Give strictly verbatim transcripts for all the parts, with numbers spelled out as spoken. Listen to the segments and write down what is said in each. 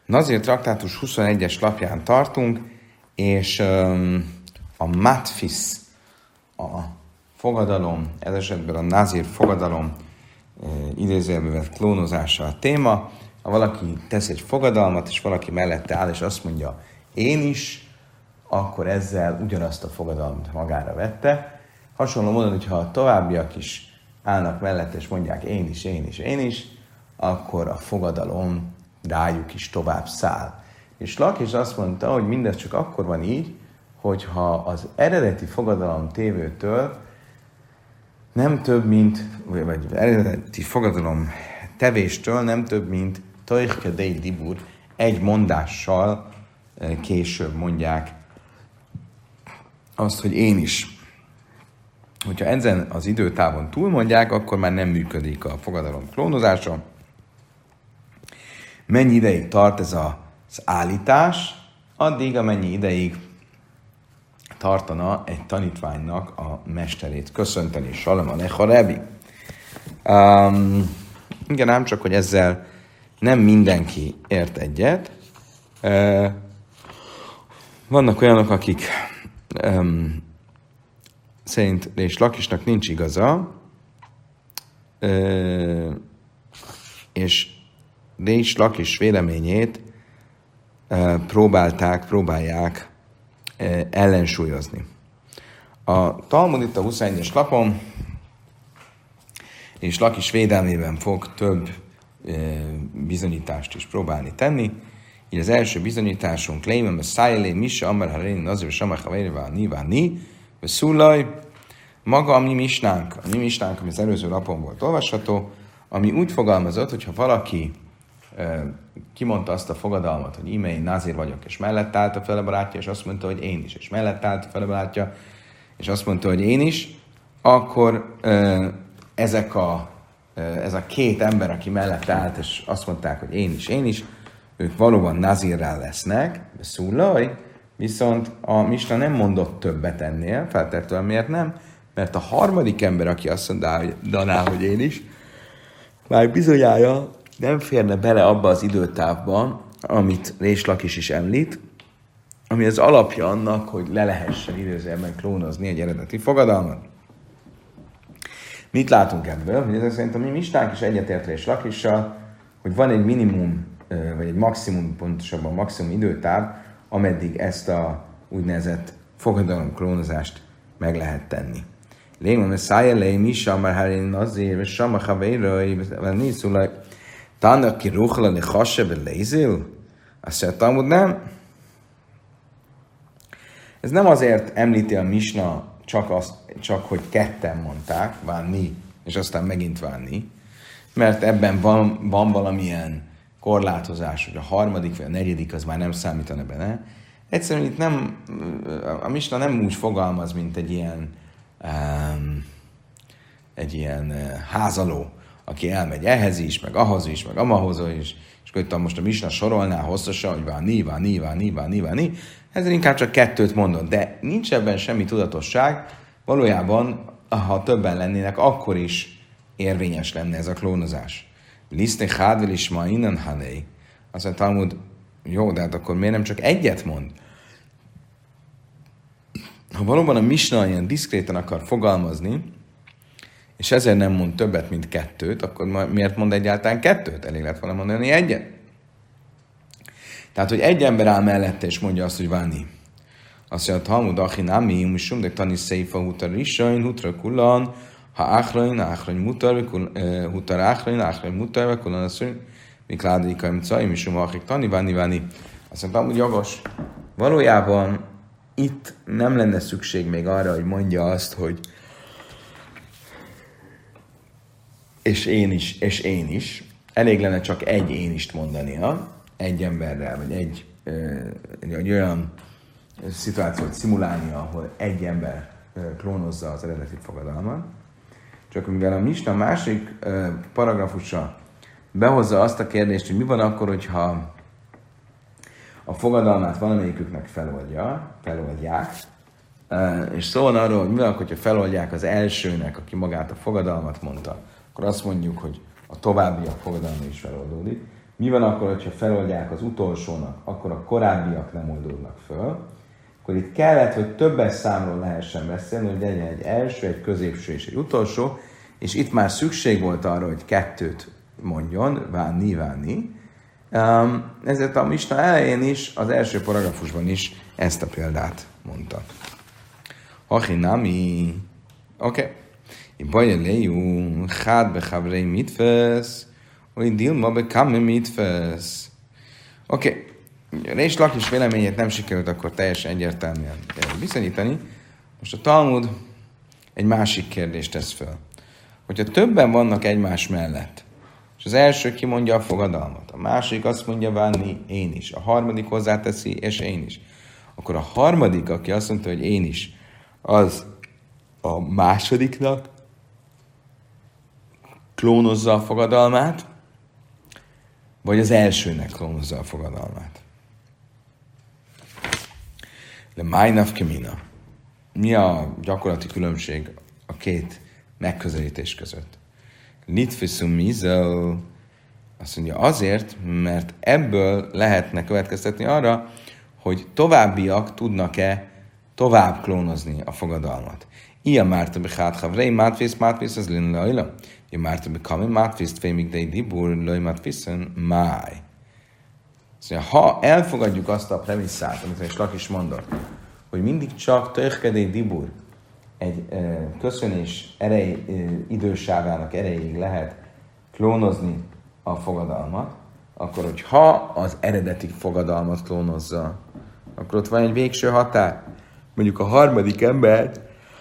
Nazir traktátus huszonegyes lapján tartunk, és um, a matfis, a fogadalom, ez esetben a nazir fogadalom uh, idézőjelbe vett klónozása a téma. Ha valaki tesz egy fogadalmat, és valaki mellette áll, és azt mondja, én is, akkor ezzel ugyanazt a fogadalmat magára vette. Hasonló módon, hogyha a továbbiak is állnak mellette, és mondják, én is, én is, én is, akkor a fogadalom rájuk is tovább száll. És Lakish azt mondta, hogy mindez csak akkor van így, hogyha az eredeti fogadalom tévőtől nem több, mint, vagy, vagy eredeti fogadalom tevéstől nem több, mint Toichke Dei Dibur, egy mondással később mondják azt, hogy én is. Hogyha ezen az időtávon túlmondják, akkor már nem működik a fogadalom klónozása. Mennyi ideig tart ez az állítás? Addig, amennyi ideig tartana egy tanítványnak a mesterét köszönteni. Salom alecha Rebi. Um, igen, ám csak, hogy ezzel nem mindenki ért egyet. Uh, vannak olyanok, akik um, szerint és Lakisnak nincs igaza, uh, és Réis Lakis véleményét uh, próbálták, próbálják uh, ellensúlyozni. A Talmud itt a huszonegyes lapon, és Lakis védelmében fog több uh, bizonyítást is próbálni tenni. Így az első bizonyításunk, Lémem, a Szájlé, Misa, Amar, Haréni, Nazir, Samach, Havérivá, Nivá, Ni, Szulaj, maga a mi misnánk, a mi misnánk, ami az előző lapon volt olvasható, ami úgy fogalmazott, hogyha valaki kimondta azt a fogadalmat, hogy íme én nazír vagyok, és mellett állt a fele barátja, és azt mondta, hogy én is, és mellett állt a fele barátja, és azt mondta, hogy én is, akkor ezek a, ez a két ember, aki mellett állt, és azt mondták, hogy én is, én is, ők valóban nazírrel lesznek, szúlaj, viszont a misna nem mondott többet ennél, feltétlenül miért nem? Mert a harmadik ember, aki azt mondaná, hogy én is, már bizonyája nem férne bele abba az időtávba, amit Réis Lakish is említ, ami az alapja annak, hogy le lehessen időzőjelben klónozni egy eredeti fogadalmat. Mit látunk ebből? Hogy ezek szerint a mi misnánk is egyetért Réis Lakissal, hogy van egy minimum, vagy egy maximum, pontosabban maximum időtáv, ameddig ezt a úgynevezett fogadalom klónozást meg lehet tenni. Lémon, ez szájjelé, Misa, már Harin Nazir, és Sama Haveirai, venni szólaj, Tannak ki ruhla ne hasebe lézil? Azt mondja, Talmud nem. Ez nem azért említi a misna csak, azt, csak hogy ketten mondták, vánni, és aztán megint vánni, mert ebben van, van valamilyen korlátozás, hogy a harmadik vagy a negyedik az már nem számítana benne. Egyszerűen itt nem, a misna nem úgy fogalmaz, mint egy ilyen, um, egy ilyen uh, házaló, aki elmegy ehhez is, meg ahhoz is, meg amahoz is, és akkor most a misna sorolná hosszasan, hogy vánni, vánni, vánni, vánni, vánni, ezzel inkább csak kettőt mondott, de nincs ebben semmi tudatosság, valójában, ha többen lennének, akkor is érvényes lenne ez a klónozás. Liszne hádvel is ma innen hané. Azt mondja, Talmud, jó, de hát akkor miért nem csak egyet mond? Ha valóban a misna ilyen diszkréten akar fogalmazni, és ezért nem mond többet, mint kettőt, akkor miért mond egyáltalán kettőt? Elég lett volna mondani egyet. Tehát, hogy egy ember áll mellette, és mondja azt, hogy váni. Azt mondja, Talmud, achi nami, misum, de tani szeifa hutar risain, hutra kulan, ha áhrain, áhrain mutar, hutar áhrain, áhrain mutar, kulan azt mondja, mik ládikaim caj, misum, akik tani, váni, váni. Azt mondja, Talmud, jogos. Valójában itt nem lenne szükség még arra, hogy mondja azt, hogy és én is, és én is. Elég lenne csak egy én ist mondania, egy emberrel, vagy egy, egy olyan szituációt szimulálnia, ahol egy ember klónozza az eredeti fogadalmat. Csak mivel a misna másik paragrafusa behozza azt a kérdést, hogy mi van akkor, hogyha a fogadalmát valamelyiküknek feloldja, feloldják, és szó van arról, hogy mi van akkor, hogyha feloldják az elsőnek, aki magát a fogadalmat mondta, akkor azt mondjuk, hogy a továbbiak fogadalma is feloldódik. Mi van akkor, hogyha feloldják az utolsónak, akkor a korábbiak nem oldódnak föl. Akkor itt kellett, hogy többes számról lehessen beszélni, hogy legyen egy első, egy középső és egy utolsó, és itt már szükség volt arra, hogy kettőt mondjon, vánni, vánni. Um, ezért a misna elején is, az első paragrafusban is ezt a példát mondta. Achinami, oké. Bajeléjú, chád bechavrei mitfesz, hogy dilma bekame mitfesz. Oké. Rés Lakis véleményét nem sikerült akkor teljesen egyértelműen bizonyítani. Most a Talmud egy másik kérdést tesz föl. Hogyha többen vannak egymás mellett, és az első kimondja a fogadalmat, a másik azt mondja, vánni, én is, a harmadik hozzáteszi, és én is, akkor a harmadik, aki azt mondta, hogy én is, az a másodiknak klónozza a fogadalmát, vagy az elsőnek klónozza a fogadalmát. De májnav kemina. Mi a gyakorlati különbség a két megközelítés között? Litfiszum mizel, azt mondja azért, mert ebből lehetne következtetni arra, hogy továbbiak tudnak-e tovább klónozni a fogadalmat. Ilyen márta bechát havrei, mátvész, mátvész, az lenne lajla. Ilyen márta bekami, mátvész, tvémig dei dibur, laj mátvészön, máj. Szóval, ha elfogadjuk azt a premisszát, amit is Lak is mondott, hogy mindig csak töjkedei dibur, egy e, köszönés erej, e, időságának erejéig lehet klónozni a fogadalmat, akkor, hogy ha az eredeti fogadalmat klónozza, akkor ott van egy végső határ. Mondjuk a harmadik ember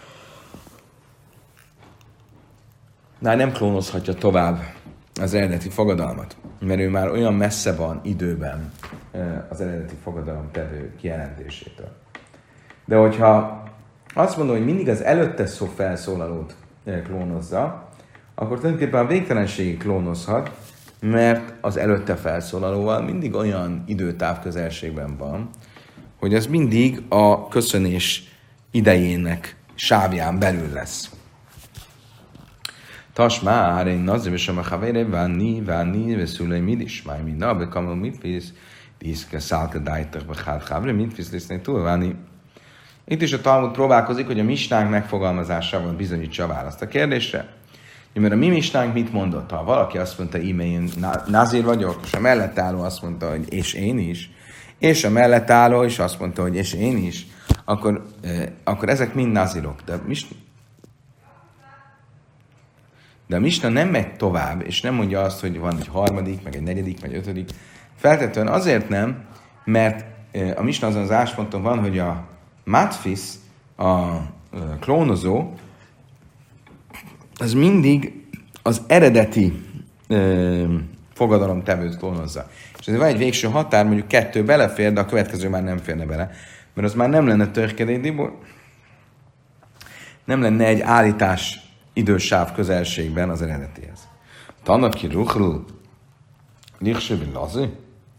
már nem klónozhatja tovább az eredeti fogadalmat, mert ő már olyan messze van időben az eredeti fogadalom tevő kijelentésétől. De hogyha azt mondom, hogy mindig az előtte szó felszólalót klónozza, akkor tulajdonképpen a végtelenségig klónozhat, mert az előtte felszólalóval mindig olyan időtáv közelségben van, hogy ez mindig a köszönés idejének sávján belül lesz. Tasmár, én nazim és a havére, vánni, vánni, veszülej mid is, máj minna, bekamol mit visz, diszke szálka dájtak, bechát havre, mit visz lesznek túl, vánni. Itt is a Talmud próbálkozik, hogy a misnánk megfogalmazásával bizonyítsa a választ a kérdésre. Mert a mi misnánk mit mondott? Ha valaki azt mondta, íme én nazír vagyok, és a mellett álló azt mondta, hogy és én is, és a mellett álló is azt mondta, hogy és én is, akkor, eh, akkor ezek mind nazírok. De, mis... De a misna nem megy tovább, és nem mondja azt, hogy van egy harmadik, meg egy negyedik, meg egy ötödik. Feltétlenül azért nem, mert eh, a misna azon az ásponton van, hogy a matfis, a eh, klónozó, az mindig az eredeti eh, fogadalomtevőt klónozza. És ezért van egy végső határ, mondjuk kettő belefér, de a következő már nem férne bele, mert az már nem lenne törkedély dibur, nem lenne egy állítás idősáv közelségben az eredetihez. Tanaki ruchru, lichsevi lazi?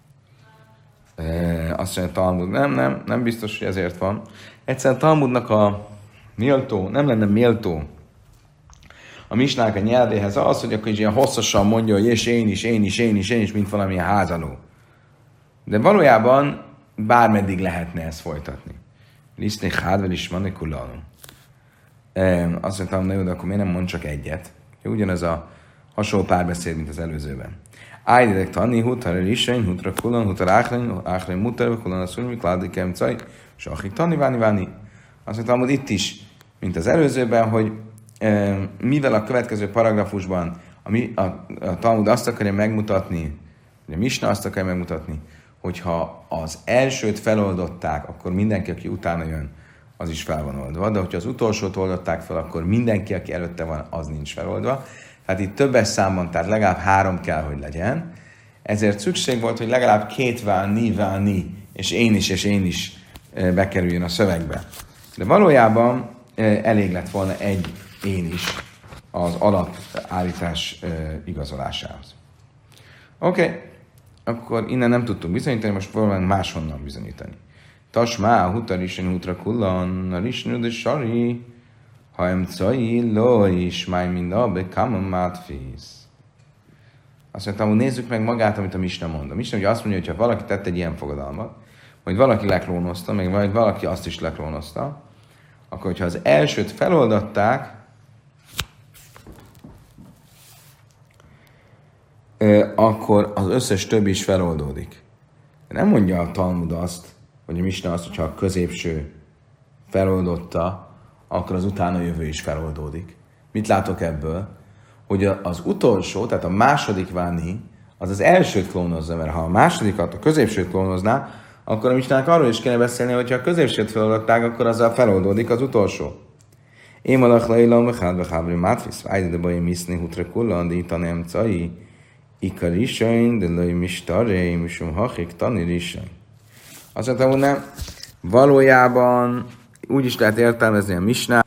Azt mondja Talmud, nem, nem, nem biztos, hogy ezért van. Egyszerűen Talmudnak a méltó, nem lenne méltó a misnák a nyelvéhez az, hogy akkor is ilyen hosszasan mondja, hogy és én is, én is, én is, én is, mint valamilyen házaló. De valójában bármeddig lehetne ezt folytatni. Lisznék hádvel is van, kulaló. Azt mondtam, na jó, de akkor miért nem mond csak egyet? Ugyanaz a hasonló párbeszéd, mint az előzőben. Ájdedek tanni, hutar elisén, hutra kulan, hutar áhlen, áhlen mutar, kulan a szulmi, kládik emcaj, sachik tanni, váni, váni. Azt mondtam, hogy itt is, mint az előzőben, hogy mivel a következő paragrafusban a, a, a Talmud azt akarja megmutatni, vagy a Misna azt akarja megmutatni, hogyha az elsőt feloldották, akkor mindenki, aki utána jön, az is fel van oldva, de hogyha az utolsót oldották fel, akkor mindenki, aki előtte van, az nincs feloldva. Tehát itt többes számban, tehát legalább három kell, hogy legyen. Ezért szükség volt, hogy legalább két válni, válni, és én is, és én is bekerüljön a szövegbe. De valójában elég lett volna egy én is az alapállítás igazolásához. Oké, okay. Akkor innen nem tudtunk bizonyítani, most valóban máshonnan bizonyítani. Tasmá, hutar is, hutra kullan, a risnő, de sari, ha emcai, lo is, máj minda, be kamam mátfész. Azt mondtam, hogy nézzük meg magát, amit a Misna mond. A Misna ugye azt mondja, hogy ha valaki tett egy ilyen fogadalmat, vagy valaki leklónozta, meg vagy valaki azt is leklónozta, akkor hogyha az elsőt feloldatták, akkor az összes többi is feloldódik. Nem mondja a Talmud azt, vagy a Misna azt, hogyha a középső feloldotta, akkor az utána jövő is feloldódik. Mit látok ebből? Hogy az utolsó, tehát a második váni, az az elsőt klónozza, mert ha a másodikat, a középsőt klónozná, akkor a Misnának arról is kéne beszélni, hogy ha a középsőt feloldották, akkor azzal feloldódik az utolsó. Én malach leila, mechad behábri mátfisz, vájde de bajim iszni hutre kullan, de itt a nemcai, ikarisain, de lőj mistaré, misum hachik, tanirisain. Azt mondtam, hogy nem, valójában úgy is lehet értelmezni a Misnát,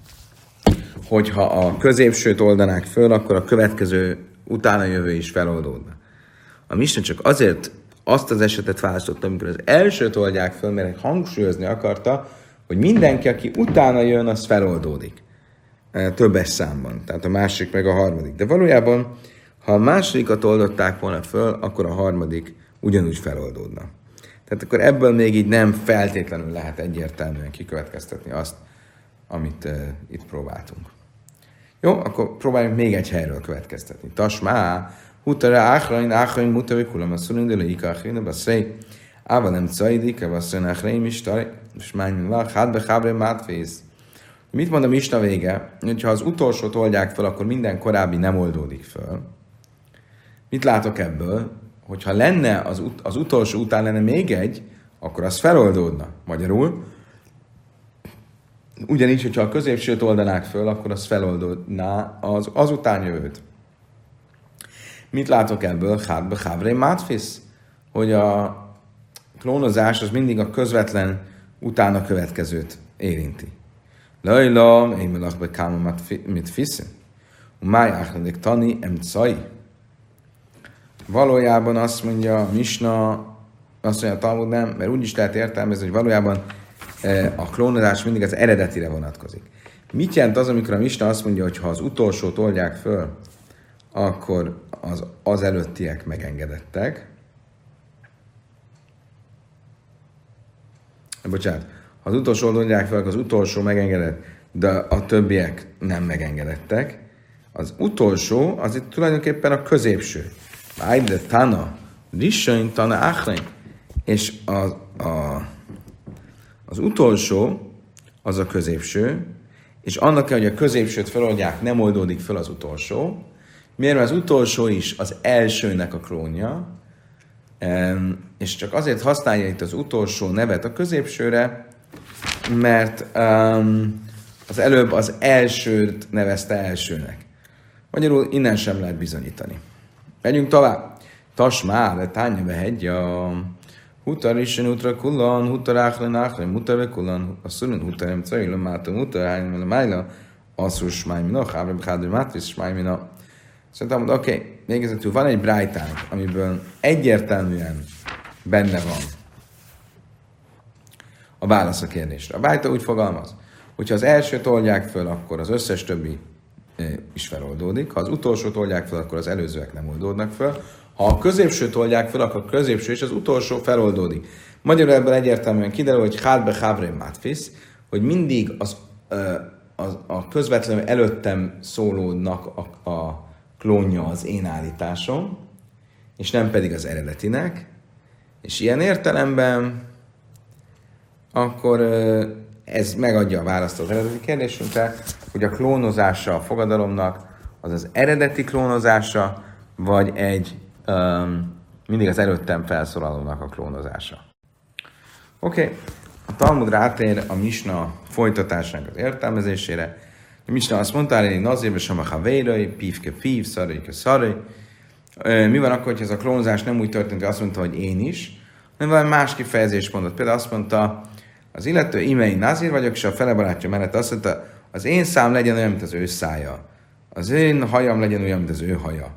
hogyha a középsőt oldanák föl, akkor a következő utána jövő is feloldódna. A Misna csak azért azt az esetet választotta, amikor az elsőt oldják föl, mert hangsúlyozni akarta, hogy mindenki, aki utána jön, az feloldódik. Többes számban. Tehát a másik meg a harmadik. De valójában, ha a másodikat oldották volna föl, akkor a harmadik ugyanúgy feloldódna. Tehát akkor ebből még így nem feltétlenül lehet egyértelműen kikövetkeztetni azt, amit uh, itt próbáltunk. Jó, akkor próbáljunk még egy helyről következtetni. Tasmá, hutara áhrain, áhrain, mutari kulam, a szurindele, ikáhrin, a baszrei, áva nem cajdik, a baszrei, áhrain, mistari, és mányin vál, hátbe, hábre, mátfész. Mit mond a Misna vége? Hogyha az utolsót oldják fel, akkor minden korábbi nem oldódik föl. Mit látok ebből? Hogyha lenne az, ut- az utolsó után lenne még egy, akkor az feloldódna. Magyarul, ugyanígy, hogyha a középsőt oldanák föl, akkor az feloldódná az azután jövőt. Mit látok ebből? Hátbe, hábre, mátfisz? Hogy a klónozás az mindig a közvetlen utána következőt érinti. Lajla, én melachbe káma mit fiszin. Máj áhlendik tani, emcai. Valójában azt mondja a Misna, azt mondja a Talmud nem, mert úgy is lehet értelmezni, hogy valójában a klónozás mindig az eredetire vonatkozik. Mit jelent az, amikor a Misna azt mondja, hogy ha az utolsót oldják föl, akkor az, az előttiek megengedettek. Bocsánat, ha az utolsó oldják föl, akkor az utolsó megengedett, de a többiek nem megengedettek. Az utolsó, az itt tulajdonképpen a középső. Vájde tana, rissain tana áhrein. És a, a, az utolsó, az a középső, és annak kell, hogy a középsőt feloldják, nem oldódik fel az utolsó. Miért? Mert az utolsó is az elsőnek a klónja, és csak azért használja itt az utolsó nevet a középsőre, mert um, az előbb az elsőt nevezte elsőnek. Magyarul innen sem lehet bizonyítani. Megyünk tovább. Tasmá, de tánya behegyja. Hutar isen utra kullan, hutar áhlen áhlen, mutar be kullan, a szurun hutar nem cajla, máta mutar hányom, májla, asszur smájmina, hábre bechádri mátvisz smájmina. Szerintem mondom, oké, okay, végezetül van egy brájtánk, amiből egyértelműen benne van a válasz a kérdésre. A brájta úgy fogalmaz, hogyha az elsőt oldják föl, akkor az összes többi is feloldódik. Ha az utolsót oldják föl, akkor az előzőek nem oldódnak föl. Ha a középsőt oldják föl, akkor a középső és az utolsó feloldódik. Magyarul ebből egyértelműen kiderül, hogy hátbe hábre mátfisz, hogy mindig az, az, a közvetlenül előttem szólódnak a, a klónja az én állításom, és nem pedig az eredetinek. És ilyen értelemben akkor ez megadja a választ az eredeti kérdésünkre, hogy a klónozása a fogadalomnak az az eredeti klónozása, vagy egy um, mindig az előttem felszólalónak a klónozása. Oké, okay. A Talmud rátér a Misna folytatásának az értelmezésére. A Misna azt mondta, hogy nazirbe sem a havérai, pívke pív, szarai szarai. Mi van akkor, hogy ez a klónozás nem úgy történt, hogy azt mondta, hogy én is, hanem valami más kifejezést mondott. Például azt mondta, az illető imei nazir vagyok, és a fele barátja mellett azt mondta, az én szám legyen olyan, mint az ő szája. Az én hajam legyen olyan, mint az ő haja.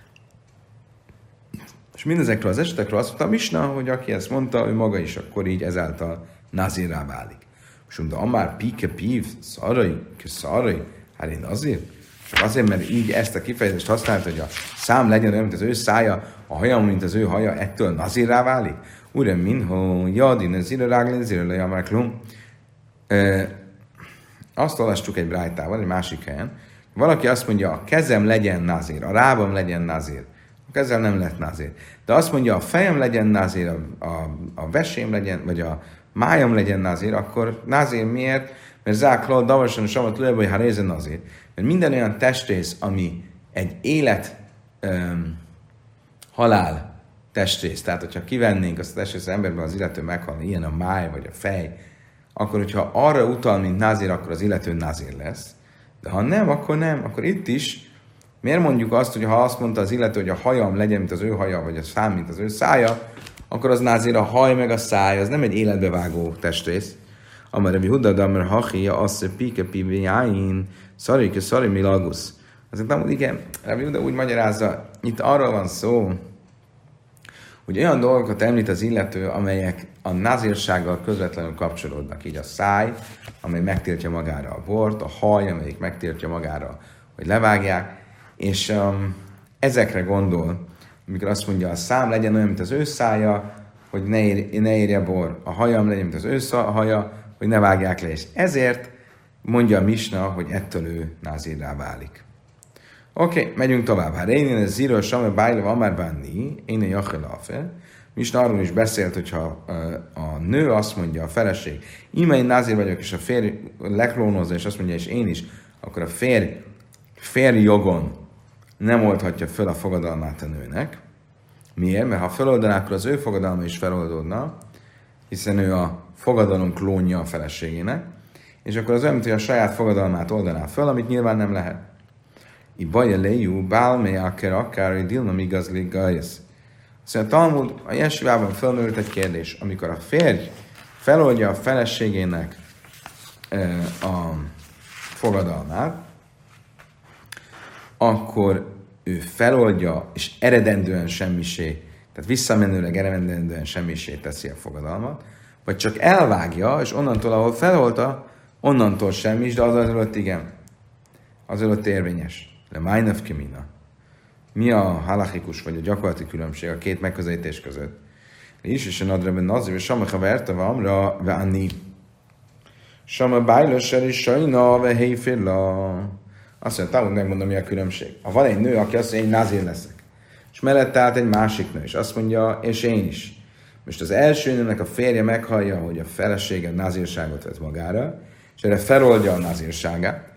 És mindezekről az esetekről azt mondta a Misna, hogy aki ezt mondta, ő maga is akkor így ezáltal nazirrá válik. És mondta, amár pike pív, szarai, ke szarai, hát én nazir. Csak azért, mert így ezt a kifejezést használta, hogy a szám legyen olyan, mint az ő szája, a hajam, mint az ő haja, ettől nazirrá válik. Uram, minho, jadin, ez ira ráglén, ez ira lejamáklum. Azt olvastuk egy brájtával, egy másik helyen. Valaki azt mondja, a kezem legyen nazír, a lábam legyen nazír. A kezem nem lett nazír. De azt mondja, a fejem legyen nazír, a, a, a vesém legyen, vagy a májam legyen nazír, akkor nazír miért? Mert zákló, davasan, samat, lőbb, hogy ha rézen nazír. Mert minden olyan testrész, ami egy élet um, halál testrész, tehát hogyha kivennénk azt a testrész emberben, az illető meghalni, ilyen a máj vagy a fej, akkor hogyha arra utal, mint názír, akkor az illető názír lesz. De ha nem, akkor nem. Akkor itt is, miért mondjuk azt, hogy ha azt mondta az illető, hogy a hajam legyen, mint az ő haja, vagy a szám, mint az ő szája, akkor az názír a haj meg a száj, az nem egy életbevágó testrész. Amar Rabbi Huda, de amar hachia, assze pike piviáin, szarike, szari milagusz. Azért nem, igen, Rabbi Huda úgy magyarázza, itt arról van szó, hogy olyan dolgokat említ az illető, amelyek a názírsággal közvetlenül kapcsolódnak. Így a száj, amely megtiltja magára a bort, a haj, amelyik megtiltja magára, hogy levágják, és um, ezekre gondol, amikor azt mondja, a szám legyen olyan, mint az ő szája, hogy ne, ér, ne érje bor, a hajam legyen, mint az ő haja, hogy ne vágják le, és ezért mondja a Misna, hogy ettől ő názírrá válik. Oké, okay, megyünk tovább. Hát én ez zíről samme bájlva amár bánni, én a jachelafe. Misna arról is beszélt, hogyha a nő azt mondja, a feleség, íme én názír vagyok, és a férj leklónozza, és azt mondja, és én is, akkor a férj, férj jogon nem oldhatja föl a fogadalmát a nőnek. Miért? Mert ha feloldaná, akkor az ő fogadalma is feloldódna, hiszen ő a fogadalom klónja a feleségének, és akkor az olyan, mint hogy a saját fogadalmát oldaná föl, amit nyilván nem lehet. I baja lejú, bálmé akár akár, dilma migazli gajasz. Szóval a Talmud a jesivában felmerült egy kérdés, amikor a férj feloldja a feleségének e, a fogadalmát, akkor ő feloldja, és eredendően semmisé, tehát visszamenőleg eredendően semmisé teszi a fogadalmat, vagy csak elvágja, és onnantól, ahol feloldta, onnantól semmis, de az előtt igen. Az előtt érvényes. Le májnöv kimina. Mi a halachikus, vagy a gyakorlati különbség a két megközelítés között? És is a nadreben nazir, és sama haverta, amra, ve anni. Sama bájlösser is sajna, ve héfirla. Azt mondja, távol megmondom, mi a különbség. Ha van egy nő, aki azt mondja, én nazir leszek, és mellette állt egy másik nő, és azt mondja, és én is. Most az első nőnek a férje meghallja, hogy a felesége nazírságot vett magára, és erre feloldja a nazírságát,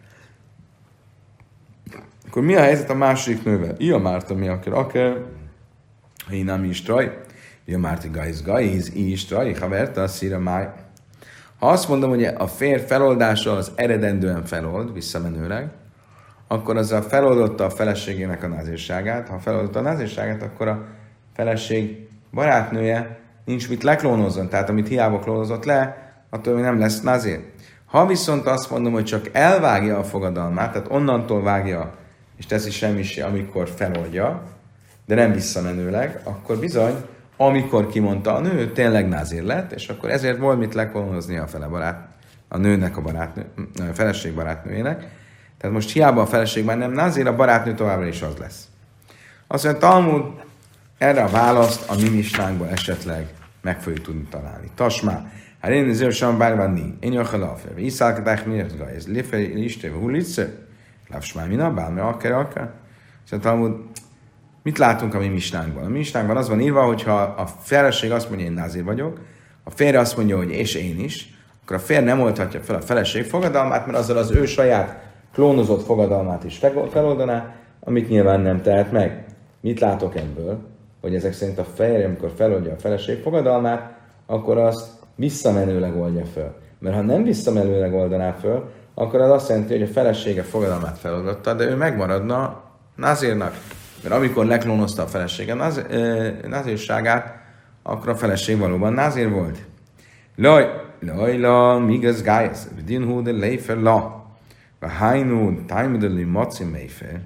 akkor mi a helyzet a második nővel? Ia Márta mi akar, akár, ha én nem is traj, Ia Márta gajz gajz, is traj, ha verte a szíra máj. Ha azt mondom, hogy a férj feloldása az eredendően felold, visszamenőleg, akkor azzal feloldotta a feleségének a názírságát. Ha feloldotta a názírságát, akkor a feleség barátnője nincs mit leklónozzon, tehát amit hiába klónozott le, attól még nem lesz názír. Ha viszont azt mondom, hogy csak elvágja a fogadalmát, tehát onnantól vágja, és teszi semmisé, amikor feloldja, de nem visszamenőleg, akkor bizony, amikor kimondta a nő, tényleg názír lett, és akkor ezért volt mit leklónozni a fele barát, a nőnek a barátnő, a feleség barátnőjének. Tehát most hiába a feleség már nem názír, a barátnő továbbra is az lesz. Azt mondja, Talmud erre a választ a mi misnánkból esetleg meg fogjuk tudni találni. Tasmá, hát én azért sem bárvánni, én jön halafe, és iszálkedák miért gaj, ez lifej, listéve, hulitsze, lávsmá, mi nabál, mi akár, akár. Szóval Talmud, mit látunk a mi misnánkban? A mi misnánkban az van írva, hogyha a feleség azt mondja, én názír vagyok, a férje azt mondja, hogy és én is, akkor a férj nem oldhatja fel a feleség fogadalmát, mert azzal az ő saját klónozott fogadalmát is feloldaná, amit nyilván nem tehet meg. Mit látok ebből? Hogy ezek szerint a férj, amikor feloldja a feleség fogadalmát, akkor azt visszamenőleg oldja föl. Mert ha nem visszamenőleg oldaná föl, akkor az azt jelenti, hogy a felesége fogadalmát feloldotta, de ő megmaradna názírnak. Mert amikor leklónozta a felesége názírságát, akkor a feleség valóban názír volt. Laj, laj, la, migaz gájesz, vidin hú de leifer la. Vahajnú, tájmudali maci meifer.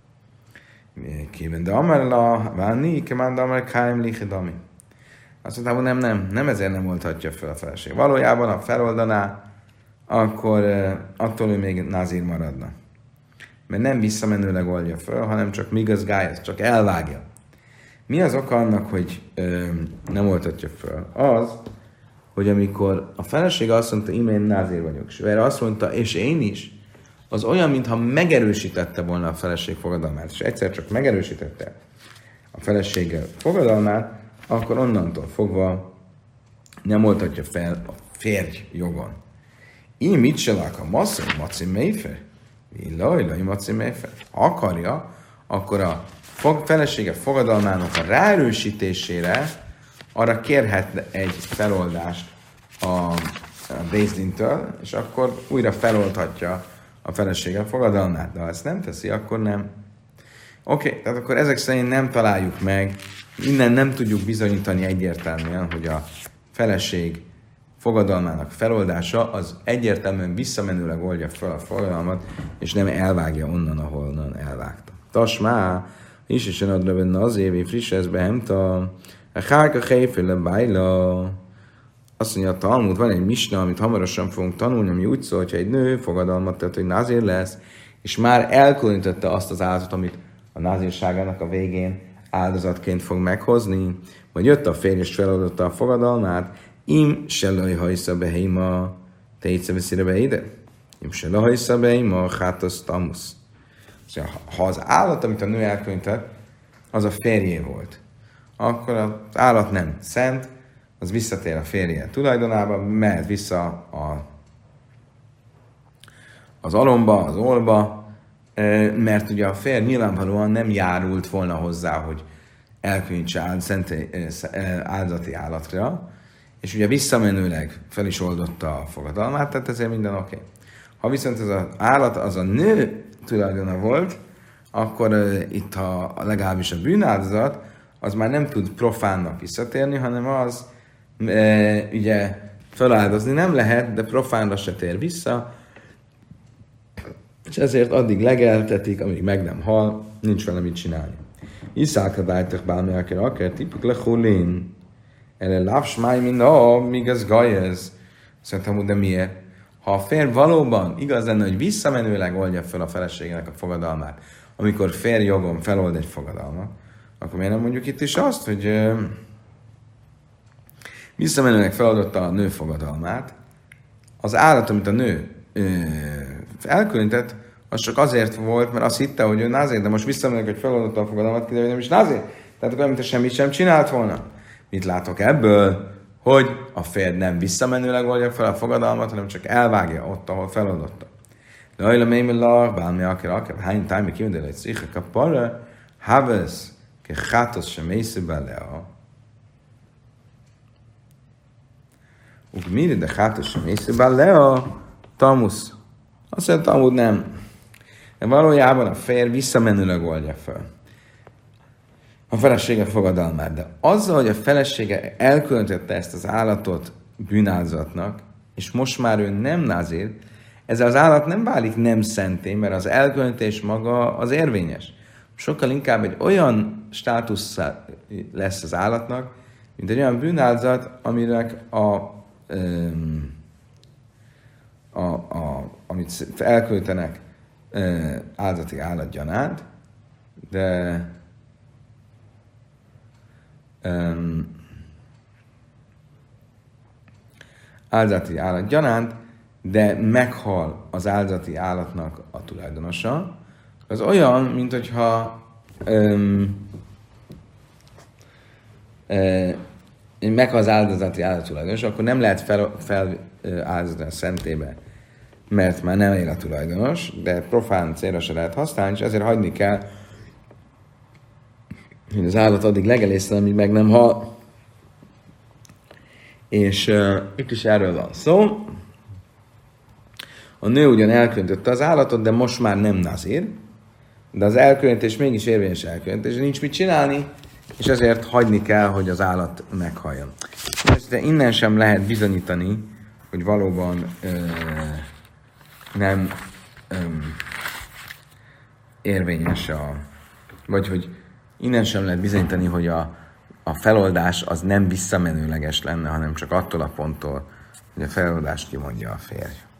Kében de amerla, vánni, kemán de amer káim lichidami. Azt mondta, hogy nem, nem, nem ezért nem oldhatja fel a feleség. Valójában, ha feloldaná, akkor uh, attól ő még názír maradna. mert nem visszamenőleg oldja föl, hanem csak migazgája, csak elvágja. Mi az oka annak, hogy ö, nem oltatja föl? Az, hogy amikor a felesége azt mondta, íme én názér vagyok, és erre azt mondta, és én is, az olyan, mintha megerősítette volna a feleség fogadalmát, és egyszer csak megerősítette a felesége fogadalmát, akkor onnantól fogva nem oltatja fel a férj jogon. Így mit csinálják a masszony, maci méfer? Lajlaj, maci méfer. Ha akarja, akkor a felesége fogadalmának a ráerősítésére arra kérhet egy feloldást a, a Bézdintől, és akkor újra feloldhatja a felesége fogadalmát. De ha ezt nem teszi, akkor nem. Oké, okay, tehát akkor ezek szerint nem találjuk meg, innen nem tudjuk bizonyítani egyértelműen, hogy a feleség fogadalmának feloldása az egyértelműen visszamenőleg oldja fel a fogadalmat, és nem elvágja onnan, ahonnan elvágta. Tasmá, is is adra benne az évi friss ez behemta, a hárka helyféle bájla. Azt mondja, a Talmud, van egy misna, amit hamarosan fogunk tanulni, ami úgy szól, hogyha egy nő fogadalmat tett, hogy názér lesz, és már elkülönítette azt az áldozatot, amit a názírságának a végén áldozatként fog meghozni, vagy jött a férj és feloldotta a fogadalmát, im se lajhajsza behéma, te így szeveszire be ide? Im se lajhajsza behéma, hátasz tamusz. Ha az állat, amit a nő elkülönített, az a férjé volt, akkor az állat nem szent, az visszatér a férje tulajdonába, mehet vissza a, az alomba, az olba, mert ugye a férj nyilvánvalóan nem járult volna hozzá, hogy elkülönítse áldozati állatra, és ugye visszamenőleg fel is oldotta a fogadalmát, tehát ezért minden oké. Okay. Ha viszont ez az állat az a nő tulajdona volt, akkor uh, itt ha legalábbis a bűnáldozat, az már nem tud profánnak visszatérni, hanem az uh, ugye feláldozni nem lehet, de profánra se tér vissza, és ezért addig legeltetik, amíg meg nem hal, nincs vele mit csinálni. Iszáka dájtak bálmi akár akár tipik lechulin, erre lápsmáj mind a, míg ez gajez. Szerintem, de miért? Ha a férj valóban igaz lenne, hogy visszamenőleg oldja fel a feleségének a fogadalmát, amikor férj jogon felold egy fogadalmat, akkor miért nem mondjuk itt is azt, hogy uh, visszamenőleg feloldotta a nő fogadalmát, az állat, amit a nő uh, elkülönített, az csak azért volt, mert azt hitte, hogy ő názér, de most visszamenőleg, hogy feloldotta a fogadalmat, kiderül, hogy nem is názér. Tehát akkor, mint ha semmit sem csinált volna. Mit látok ebből? Hogy a férj nem visszamenőleg oldja fel a fogadalmat, hanem csak elvágja ott, ahol feloldotta. Lajla mémillah, bálmi akár akár, hány tájmi kimondel egy széhe kapara, havesz, ke hátosz sem észre belea. Ug mire, de hátosz sem észre belea, tamusz. Azt mondja, Talmud nem. De valójában a férj visszamenőleg oldja fel a felesége fogadalmát. De azzal, hogy a felesége elkülönítette ezt az állatot bűnáldozatnak, és most már ő nem názír, ezzel az állat nem válik nem szenté, mert az elkülönítés maga az érvényes. Sokkal inkább egy olyan státusz lesz az állatnak, mint egy olyan bűnáldozat, aminek a, a, a amit elköltenek áldozati állatgyanánt, de um, áldozati állatgyanánt, de meghal az áldozati állatnak a tulajdonosa, az olyan, mint hogyha um, uh, meghal az áldozati állat tulajdonosa, akkor nem lehet fel, fel uh, áldozatni a szentébe, mert már nem él a tulajdonos, de profán célra se lehet használni, és ezért hagyni kell, hogy az állat addig legelészen, amíg meg nem hal. És uh, itt is erről van szó. A nő ugyan elkülönítette az állatot, de most már nem nazír, de az elkülönítés mégis érvényes elkülönítés, nincs mit csinálni, és ezért hagyni kell, hogy az állat meghalljon. De innen sem lehet bizonyítani, hogy valóban uh, nem um, érvényes a, vagy hogy innen sem lehet bizonyítani, hogy a, a feloldás az nem visszamenőleges lenne, hanem csak attól a ponttól, hogy a feloldást kimondja a férj.